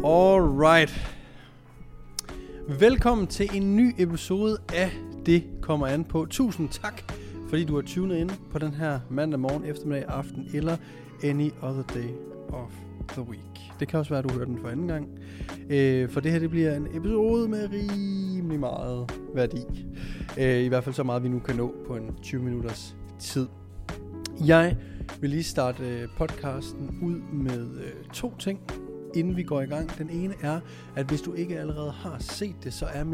Alright. Velkommen til en ny episode af Det kommer an på. Tusind tak, fordi du har tunet ind på den her mandag morgen, eftermiddag, aften eller any other day of the week. Det kan også være, at du hører den for anden gang. For det her det bliver en episode med rimelig meget værdi. I hvert fald så meget, vi nu kan nå på en 20 minutters tid. Jeg vil lige starte podcasten ud med to ting, inden vi går i gang. Den ene er, at hvis du ikke allerede har set det, så er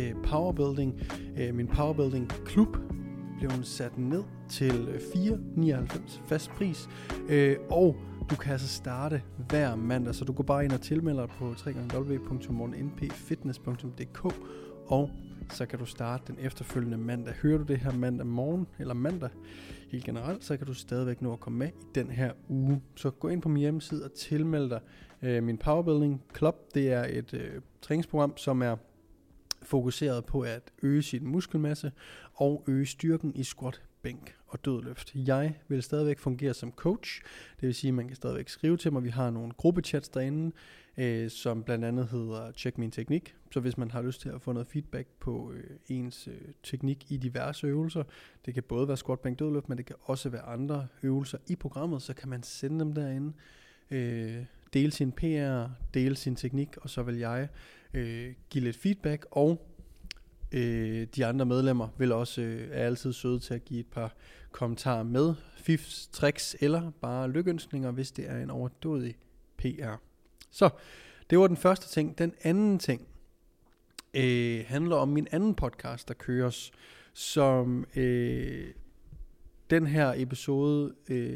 min powerbuilding klub blevet sat ned til 4,99 fast pris. Og du kan altså starte hver mandag, så du går bare ind og tilmelder dig på www.morgennpfitness.dk, og så kan du starte den efterfølgende mandag. Hører du det her mandag morgen, eller mandag helt generelt, så kan du stadigvæk nå at komme med i den her uge. Så gå ind på min hjemmeside og tilmeld dig min Powerbuilding Club. Det er et træningsprogram, som er fokuseret på at øge sin muskelmasse og øge styrken i squat, bænk og dødløft. Jeg vil stadigvæk fungere som coach, det vil sige, at man kan stadigvæk skrive til mig. Vi har nogle gruppechats derinde, som blandt andet hedder Check Min Teknik. Så hvis man har lyst til at få noget feedback på ens teknik i diverse øvelser, det kan både være squat, bænk, dødløft, men det kan også være andre øvelser i programmet, så kan man sende dem derinde, dele sin PR, dele sin teknik, og så vil jeg give lidt feedback, og de andre medlemmer vil også er altid søde til at give et par kommentarer med fifs, tricks eller bare lykønskninger, hvis det er en overdådig PR. Så det var den første ting. Den anden ting handler om min anden podcast, der køres, som den her episode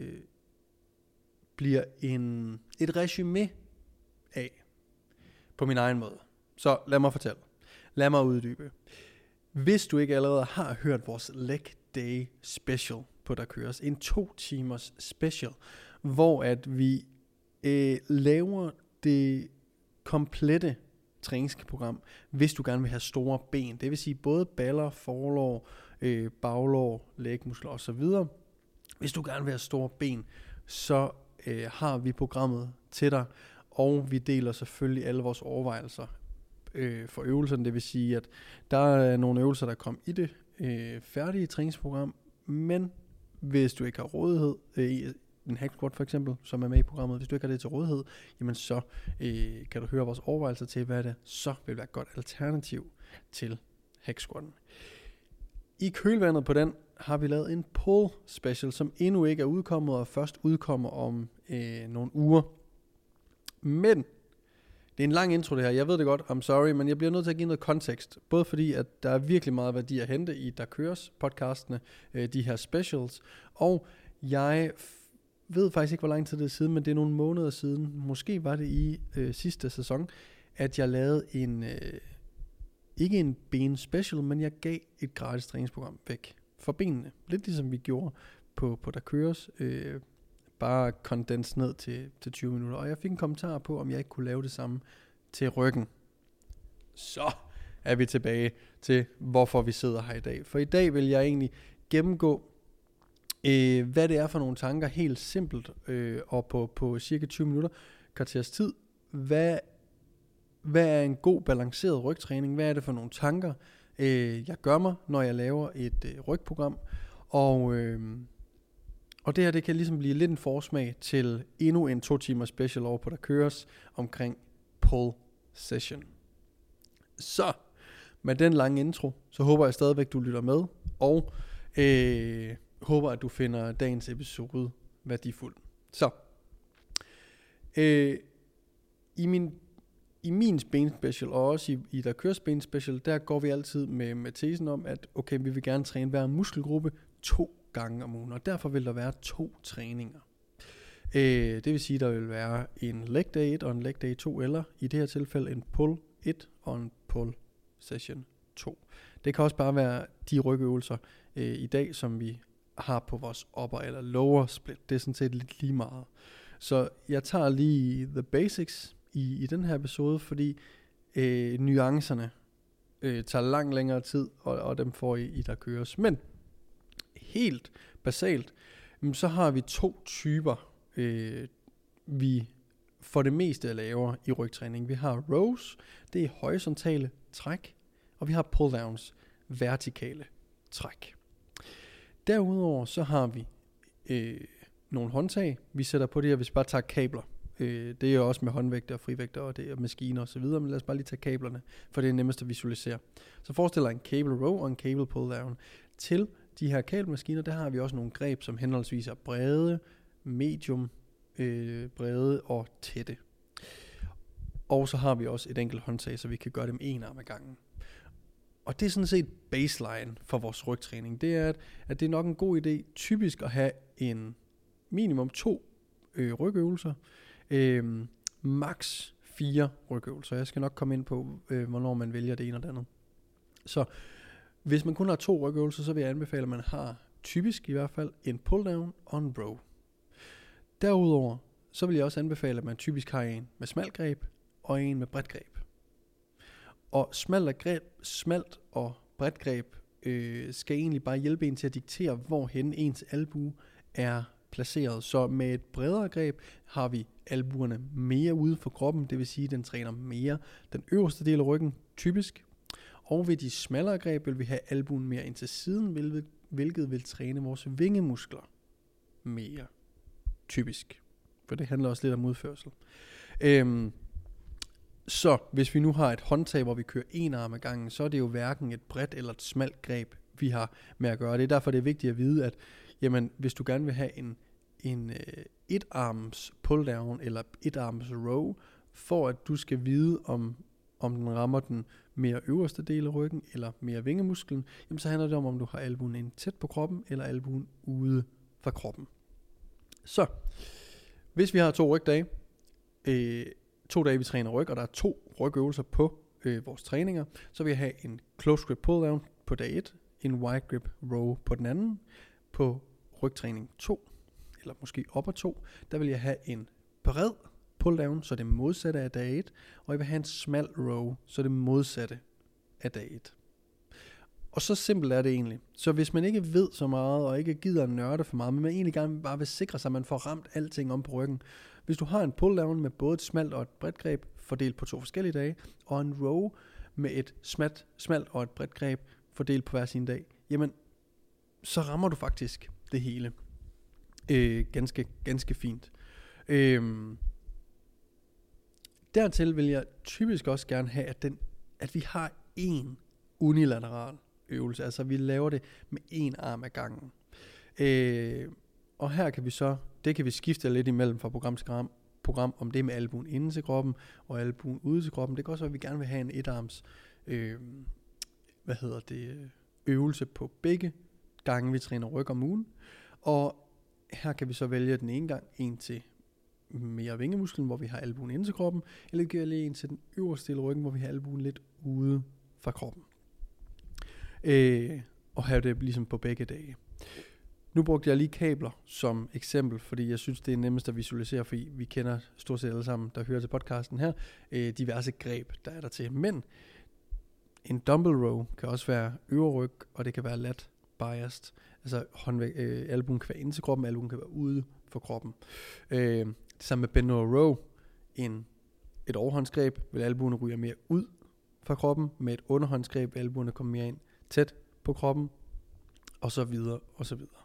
bliver et resume af på min egen måde. Så lad mig fortælle. Lad mig uddybe. Hvis du ikke allerede har hørt vores Leg Day Special på Der Køres, en 2 timers special, hvor at vi laver det komplette træningsprogram, hvis du gerne vil have store ben. Det vil sige både baller, forlår, baglår, lægmuskler osv. Hvis du gerne vil have store ben, så har vi programmet til dig, og vi deler selvfølgelig alle vores overvejelser for øvelserne. Det vil sige, at der er nogle øvelser, der kommer i det færdige træningsprogram, men hvis du ikke har rådighed i en hack squat for eksempel, som er med i programmet, hvis du ikke har det til rådighed, jamen så kan du høre vores overvejelser til, hvad det så vil være et godt alternativ til hack squatten. I kølvandet på den har vi lavet en pull special, som endnu ikke er udkommet, og først udkommer om nogle uger. Men det er en lang intro det her, jeg ved det godt, I'm sorry, men jeg bliver nødt til at give noget kontekst. Både fordi, at der er virkelig meget værdi at hente i Der Køres podcastene, de her specials, og jeg ved faktisk ikke, hvor lang tid det er siden, men det er nogle måneder siden, måske var det i sidste sæson, at jeg lavede ikke en ben special, men jeg gav et gratis træningsprogram væk for benene. Lidt ligesom vi gjorde på Der Køres, bare kondens ned til 20 minutter. Og jeg fik en kommentar på, om jeg ikke kunne lave det samme til ryggen. Så er vi tilbage til, hvorfor vi sidder her i dag. For i dag vil jeg egentlig gennemgå, hvad det er for nogle tanker, helt simpelt, og på cirka 20 minutter, kvarters tid. Hvad er en god balanceret rygtræning? Hvad er det for nogle tanker, jeg gør mig, når jeg laver et rygprogram? Og det her, det kan ligesom blive lidt en forsmag til endnu en 2 timer special over på Der Køres omkring pull session. Så med den lange intro, så håber jeg stadigvæk, du lytter med, og håber, at du finder dagens episode værdifuld. Så i min ben special, og også i Der Køres ben special, der går vi altid med tesen om, at okay, vi vil gerne træne hver muskelgruppe 2 gange om ugen, og derfor vil der være 2 træninger. Det vil sige, der vil være en leg day 1 og en leg day 2, eller i det her tilfælde en pull 1 og en pull session 2. Det kan også bare være de rygøvelser i dag, som vi har på vores upper eller lower split. Det er sådan set lidt lige meget. Så jeg tager lige the basics i den her episode, fordi nuancerne tager langt længere tid, og dem får I Der Køres. Men helt basalt, så har vi 2 typer, vi for det meste laver i rygtræning. Vi har rows, det er horisontale træk, og vi har pull-downs, vertikale træk. Derudover så har vi nogle håndtag, vi sætter på det her, hvis vi bare tager kabler. Det er jo også med håndvægter og frivægter og det er maskiner osv., men lad os bare lige tage kablerne, for det er nemmest at visualisere. Så forestil dig en cable row og en cable pull down. Til de her kabelmaskiner, der har vi også nogle greb, som henholdsvis er brede, medium, brede og tætte. Og så har vi også et enkelt håndtag, så vi kan gøre dem en arm ad gangen. Og det er sådan set baseline for vores rygtræning. Det er, at det er nok en god idé typisk at have en minimum 2 rygøvelser. Max 4 rygøvelser. Jeg skal nok komme ind på, hvornår man vælger det ene og det andet. Så hvis man kun har 2 rygøvelser, så vil jeg anbefale, at man har typisk i hvert fald en pull down og en row. Derudover, så vil jeg også anbefale, at man typisk har en med smalt greb og en med bredt greb. Og smalt og bredt greb skal egentlig bare hjælpe en til at diktere, hvorhen ens albue er placeret. Så med et bredere greb har vi albuerne mere ude for kroppen, det vil sige, at den træner mere den øverste del af ryggen, typisk. Og ved de smallere greb vil vi have albuen mere ind til siden, hvilket vil træne vores vingemuskler mere, typisk. For det handler også lidt om udførsel. Så hvis vi nu har et håndtag, hvor vi kører en arm ad gangen, så er det jo hverken et bredt eller et smalt greb, vi har med at gøre. Det er derfor, det er vigtigt at vide, at jamen, hvis du gerne vil have en etarms pull down eller etarms row, for at du skal vide, om den rammer den mere øverste del af ryggen eller mere vingemusklen, jamen så handler det om du har albuen ind tæt på kroppen eller albuen ude fra kroppen. Så hvis vi har 2 rygdage, 2 dage vi træner ryg, og der er 2 rygøvelser på vores træninger, så vil jeg have en close grip pull down på dag 1, en wide grip row på den anden. På rygtræning 2, eller måske op ad 2, der vil jeg have en bred pull down, så det modsatte af dag 1, og jeg vil have en smal row, så det modsatte af dag 1. Og så simpelt er det egentlig. Så hvis man ikke ved så meget, og ikke gider at nørde for meget, men man egentlig gerne bare vil sikre sig, at man får ramt alting om på ryggen. Hvis du har en pull down med både et smalt og et bredt greb, fordelt på 2 forskellige dage, og en row med et smalt og et bredt greb, fordelt på hver sin dag, jamen, så rammer du faktisk det hele ganske fint. Dertil vil jeg typisk også gerne have, at vi har en unilateral øvelse, altså vi laver det med en arm ad gangen. Og her kan vi så, det kan vi skifte lidt imellem fra program, om det med albuen inde til kroppen og albuen ude til kroppen. Det kan også være, at vi gerne vil have en etarms øvelse på begge gange, vi træner ryg om ugen. Og her kan vi så vælge den ene gang en til mere vingemusklen, hvor vi har albuen inde til kroppen, eller giver lige en til den øverste del af ryggen, hvor vi har albuen lidt ude fra kroppen. Og have det ligesom på begge dage. Nu brugte jeg lige kabler som eksempel, fordi jeg synes, det er nemmest at visualisere, fordi vi kender stort set alle sammen, der hører til podcasten her, diverse greb, der er der til. Men en dumbbell row kan også være øvre ryg, og det kan være lat biased. Altså albuen kan være inde til kroppen, albuen kan være ude for kroppen. Det samme med bend over row. Et overhåndsgreb vil albuen ryge mere ud fra kroppen, med et underhåndsgreb vil albuen komme mere ind tæt på kroppen, og så videre, og så videre.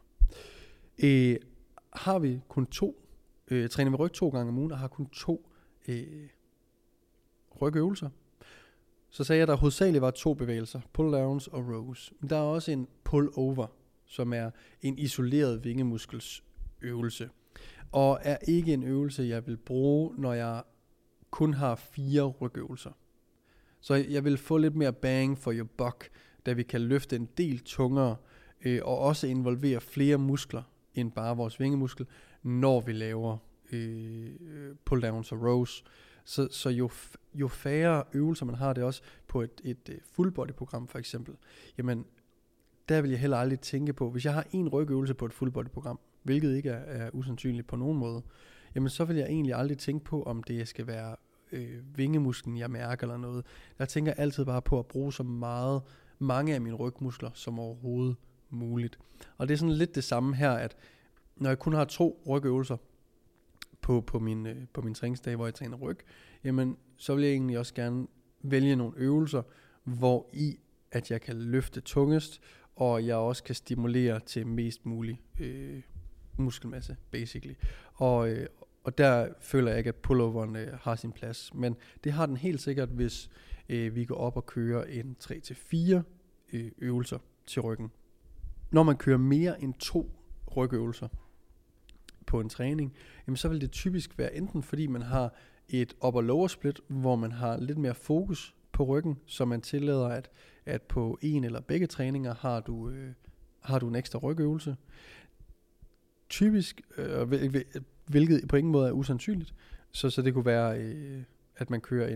Har vi kun 2, træner vi ryg 2 gange om ugen, og har kun 2 rygøvelser, så sagde jeg, at der hovedsageligt var 2 bevægelser, pull-downs og rows. Men der er også en pull-over, som er en isoleret vingemuskelsøvelse, og er ikke en øvelse, jeg vil bruge, når jeg kun har 4 rygøvelser. Så jeg vil få lidt mere bang for your buck, da vi kan løfte en del tungere, og også involvere flere muskler end bare vores vingemuskel, når vi laver pull-downs og rows. Så jo færre øvelser man har, det også på et full body program for eksempel, jamen der vil jeg heller aldrig tænke på, hvis jeg har en rygøvelse på et full body program, hvilket ikke er usandsynligt på nogen måde, jamen så vil jeg egentlig aldrig tænke på, om det skal være vingemusklen, jeg mærker eller noget. Jeg tænker altid bare på at bruge så mange af mine rygmuskler som overhovedet muligt. Og det er sådan lidt det samme her, at når jeg kun har 2 rygøvelser på min træningsdag, hvor jeg træner ryg, jamen så vil jeg egentlig også gerne vælge nogle øvelser, hvor i at jeg kan løfte tungest, og jeg også kan stimulere til mest mulig muskelmasse, basically. Og der føler jeg ikke, at pulloveren har sin plads. Men det har den helt sikkert, hvis vi går op og kører en 3-4 øvelser til ryggen. Når man kører mere end 2 rygøvelser på en træning, jamen så vil det typisk være enten fordi man har et upper lower split, hvor man har lidt mere fokus på ryggen, så man tillader, at på en eller begge træninger har du en ekstra rygøvelse. Typisk, hvilket på ingen måde er usandsynligt, så det kunne være, at man kører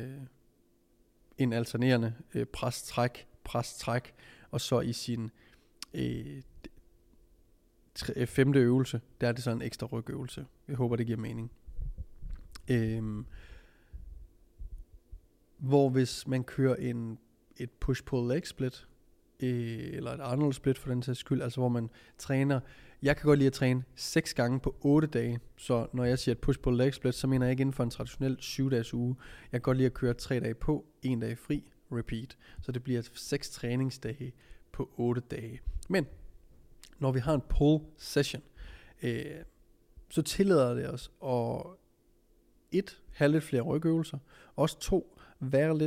en alternerende pres-træk, og så i sin 5. øvelse, der er det så en ekstra rygøvelse. Jeg håber, det giver mening. Hvor hvis man kører et push-pull-leg split, eller et Arnold split for den sags skyld, altså hvor man træner, jeg kan godt lide at træne 6 gange på 8 dage, så når jeg siger et push-pull-leg split, så mener jeg ikke inden for en traditionel 7-dages uge. Jeg kan godt lide at køre 3 dage på, 1 dag fri, repeat. Så det bliver 6 træningsdage på 8 dage. Men når vi har en pull session, så tillader det os at have lidt flere rygøvelser, også 2, være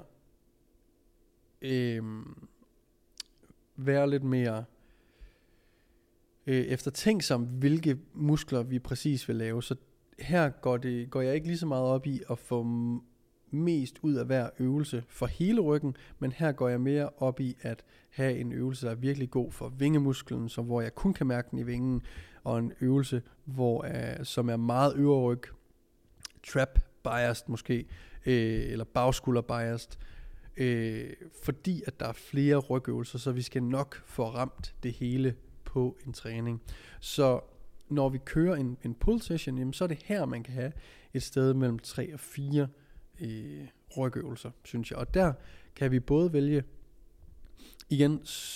lidt mere eftertænksom, hvilke muskler vi præcis vil lave. Så her går jeg ikke lige så meget op i at få mest ud af hver øvelse for hele ryggen, men her går jeg mere op i at have en øvelse, der er virkelig god for vingemusklen, så hvor jeg kun kan mærke den i vingen, og en øvelse, som er meget øvre ryg, trap biased måske, eller bagskulder biased, fordi at der er flere rygøvelser, så vi skal nok få ramt det hele på en træning. Så når vi kører en pull session, jamen, så er det her, man kan have et sted mellem 3 og 4 rygøvelser, synes jeg. Og der kan vi både vælge, igen,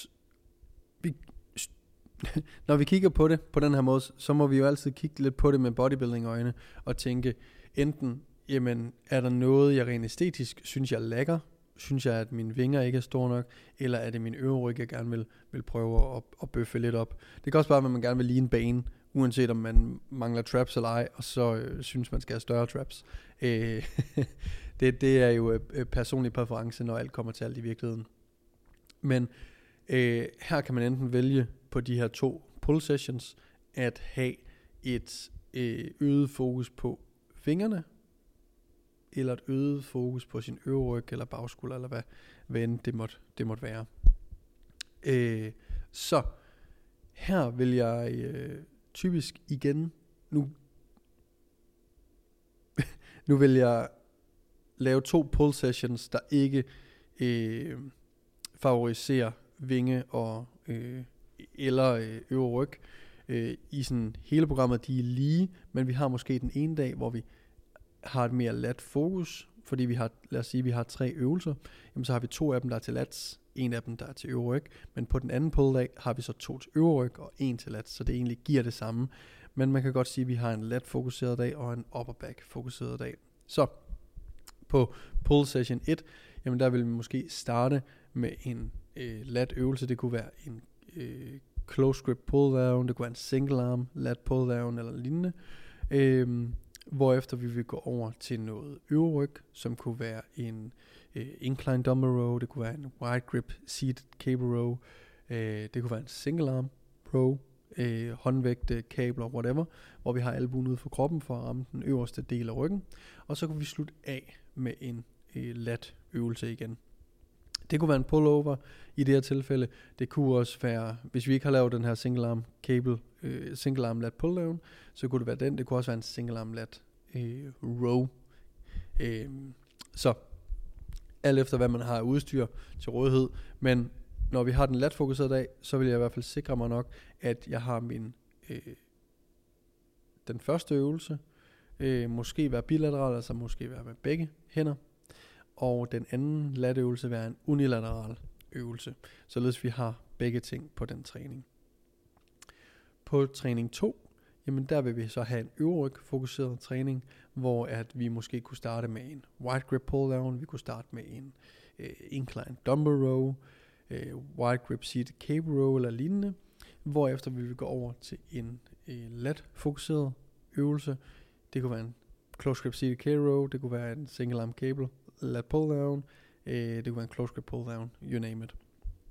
når vi kigger på det på den her måde, så må vi jo altid kigge lidt på det med bodybuilding øjne, og tænke, enten, jamen, er der noget, jeg rent æstetisk synes, jeg lækker? Synes jeg, at mine vinger ikke er store nok? Eller er det min øvre ryg, jeg gerne vil prøve at bøffe lidt op? Det kan også være, at man gerne vil lige en bane, uanset om man mangler traps eller ej, og så synes man skal have større traps. Det er jo personlig præference, når alt kommer til alt i virkeligheden. Men her kan man enten vælge på de her 2 pull sessions, at have et øget fokus på fingrene, eller et øget fokus på sin øvre ryg, eller bagskulder, eller hvad end det måtte være. Så her vil jeg typisk igen, nu vil jeg lave 2 pull sessions, der ikke favoriserer vinge og eller øvre ryg. I sådan hele programmet, de er lige, men vi har måske den ene dag, hvor vi har et mere lat fokus, fordi vi har, lad os sige, vi har 3 øvelser, jamen så har vi 2 af dem, der er til lats, 1 af dem, der er til øvre ryg, men på den anden pull-dag har vi så 2 til øvre ryg og 1 til lats, så det egentlig giver det samme, men man kan godt sige, at vi har en lat fokuseret dag og en upper back fokuseret dag. Så på pull session 1, jamen der vil vi måske starte med en lat øvelse. Det kunne være en close grip pull down, det kunne være en single arm lat pull down eller lignende, hvorefter vi vil gå over til noget øvre ryg, som kunne være en incline dumbbell row, det kunne være en wide grip seated cable row, det kunne være en single arm row, håndvægte, kabler, whatever, hvor vi har albuen ude for kroppen for at ramme den øverste del af ryggen, og så kan vi slutte af med en lat øvelse igen. Det kunne være en pullover i det her tilfælde. Det kunne også være, hvis vi ikke har lavet den her single arm cable, single arm lat pull down, så kunne det være den. Det kunne også være en single arm lat row. Så alt efter hvad man har af udstyr til rådighed, men når vi har den lat fokuserede dag, så vil jeg i hvert fald sikre mig nok, at jeg har min den første øvelse måske være bilateral, altså måske være med begge hænder, og den anden lat øvelse være en unilateral øvelse, således vi har begge ting på den træning. På træning 2, jamen der vil vi så have en øverryg fokuseret træning, hvor at vi måske kunne starte med en wide grip pull down, vi kunne starte med en incline dumbbell row, wide grip seated cable row eller lignende, hvorefter vi vil gå over til en lat fokuseret øvelse. Det kunne være en close grip seated cable row, det kunne være en single arm cable lat pull down, det kunne være en close grip pull down, you name it.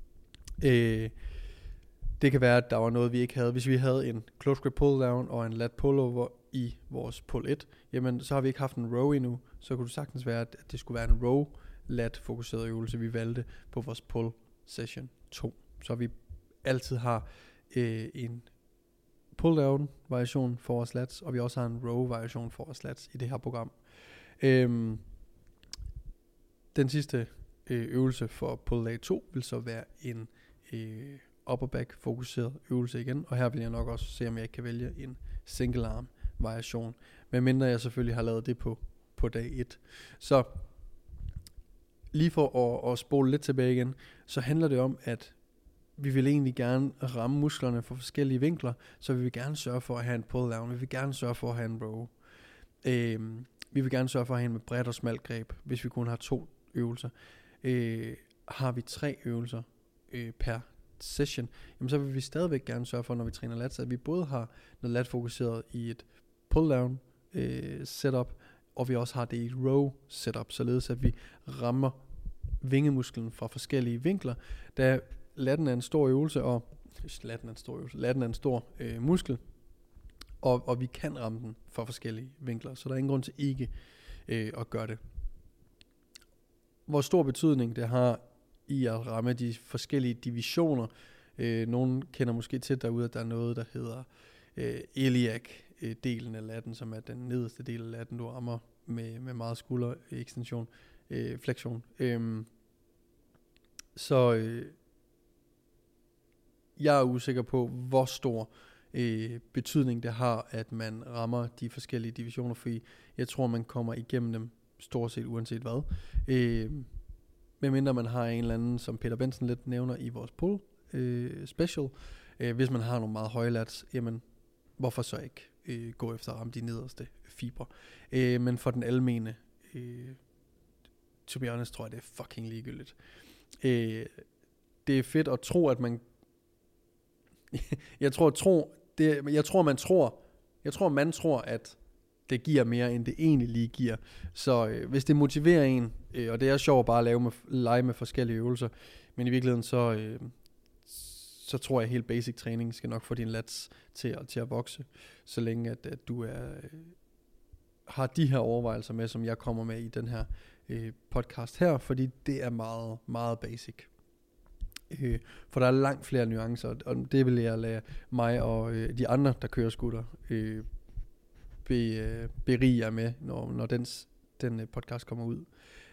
Det kan være, at der var noget, vi ikke havde. Hvis vi havde en close grip pull down og en lat pullover i vores pull 1, jamen så har vi ikke haft en row endnu. Så kunne det sagtens være, at det skulle være en row lat fokuseret øvelse, vi valgte på vores pull session 2. Så vi altid har en pull down variation for vores lats, og vi også har en row variation for vores lats i det her program. Den sidste øvelse for pull day 2 vil så være en upper back fokuseret øvelse igen, og her vil jeg nok også se, om jeg ikke kan vælge en single arm variation, medmindre jeg selvfølgelig har lavet det på dag 1. Så lige for at spole lidt tilbage igen, så handler det om, at vi vil egentlig gerne ramme musklerne fra forskellige vinkler, så vi vil gerne sørge for at have en pull down, vi vil gerne sørge for at have en row. Vi vil gerne sørge for at have en med bredt og smalt greb, hvis vi kun har 2 øvelser. Har vi 3 øvelser per session, jamen så vil vi stadigvæk gerne sørge for, når vi træner lats, at vi både har noget lat fokuseret i et pull down setup, og vi også har det i et row setup, således at vi rammer vingemusklen fra forskellige vinkler, da latten er en stor øvelse, og latten er en stor muskel, og vi kan ramme den fra forskellige vinkler, så der er ingen grund til ikke at gøre det. Hvor stor betydning det har i at ramme de forskellige divisioner. Nogen kender måske til derude, at der er noget, der hedder iliac-delen af latten, som er den nederste del af latten, du rammer med meget skulder ekstension, flektion. Så jeg er usikker på, hvor stor betydning det har, at man rammer de forskellige divisioner, fordi jeg tror, man kommer igennem dem stort set uanset hvad. Medmindre man har en eller anden, som Peter Benson lidt nævner i vores pull special. Hvis man har nogle meget høje lats, jamen hvorfor så ikke gå efter at ramme de nederste fibre. Men for den almene, to be honest, tror jeg, det er fucking ligegyldigt. Det er fedt at tro, at man jeg tror man tror, at det giver mere, end det egentlig lige giver. Så hvis det motiverer en, og det er sjovt bare at lege med forskellige øvelser, men i virkeligheden så tror jeg, at helt basic træning skal nok få din lats til at vokse, så længe at du har de her overvejelser med, som jeg kommer med i den her podcast her, fordi det er meget, meget basic. For der er langt flere nuancer, og det vil jeg lade mig og de andre, der kører scooter, berige jer med, når den podcast kommer ud.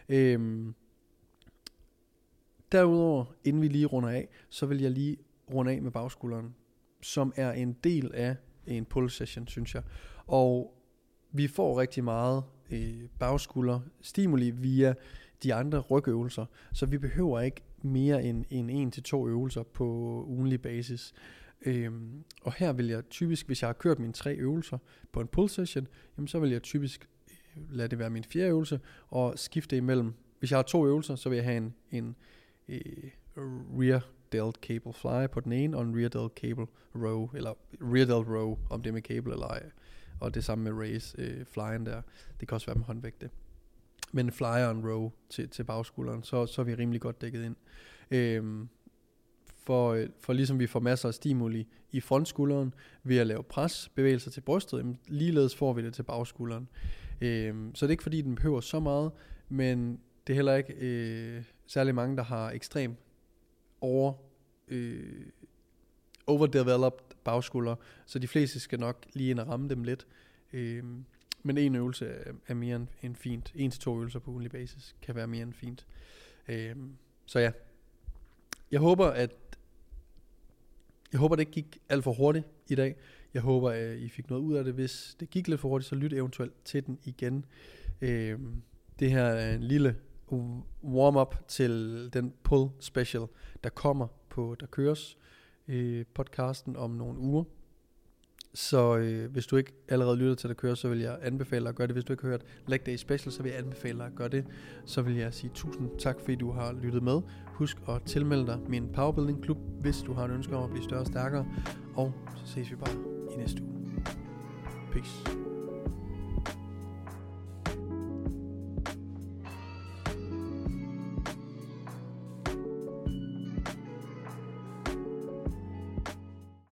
Derudover, inden vi lige runder af, så vil jeg lige runde af med bagskulderen, som er en del af en pull session, synes jeg. Og vi får rigtig meget bagskulder stimuli via de andre rygøvelser, så vi behøver ikke mere end 1 til 2 øvelser på ugenlig basis. Og her vil jeg typisk, hvis jeg har kørt mine 3 øvelser på en pull session, jamen så vil jeg typisk lade det være min 4. øvelse og skifte imellem. Hvis jeg har 2 øvelser, så vil jeg have en rear delt cable fly på den ene, og en rear delt cable row, eller rear delt row, om det er med cable eller ej. Og det samme med raise flyen der. Det kan også være med håndvægte. Men en flyer og en row til bagskulderen, så er vi rimelig godt dækket ind. For ligesom vi får masser af stimuli i frontskulderen ved at lave presbevægelser til brystet, jamen, ligeledes får vi det til bagskulderen. Så det er ikke fordi den behøver så meget, men det er heller ikke særlig mange, der har ekstremt overdeveloped bagskulder, så de fleste skal nok lige ind og ramme dem lidt. Men en øvelse er mere end fint. 1 til 2 øvelser på ugenlig basis kan være mere end fint. Så ja, jeg håber det ikke gik alt for hurtigt i dag. Jeg håber at I fik noget ud af det. Hvis det gik lidt for hurtigt, så lyt eventuelt til den igen. Det her er en lille warm-up til den pull special, der kommer på Der Køres podcasten om nogle uger. Så hvis du ikke allerede lytter til at køre, så vil jeg anbefale dig at gøre det. Hvis du ikke har hørt Leg Day Special, så vil jeg anbefale dig at gøre det. Så vil jeg sige tusind tak, fordi du har lyttet med. Husk at tilmelde dig min Powerbuilding Klub, hvis du har en ønske om at blive større og stærkere. Og så ses vi bare i næste uge. Peace.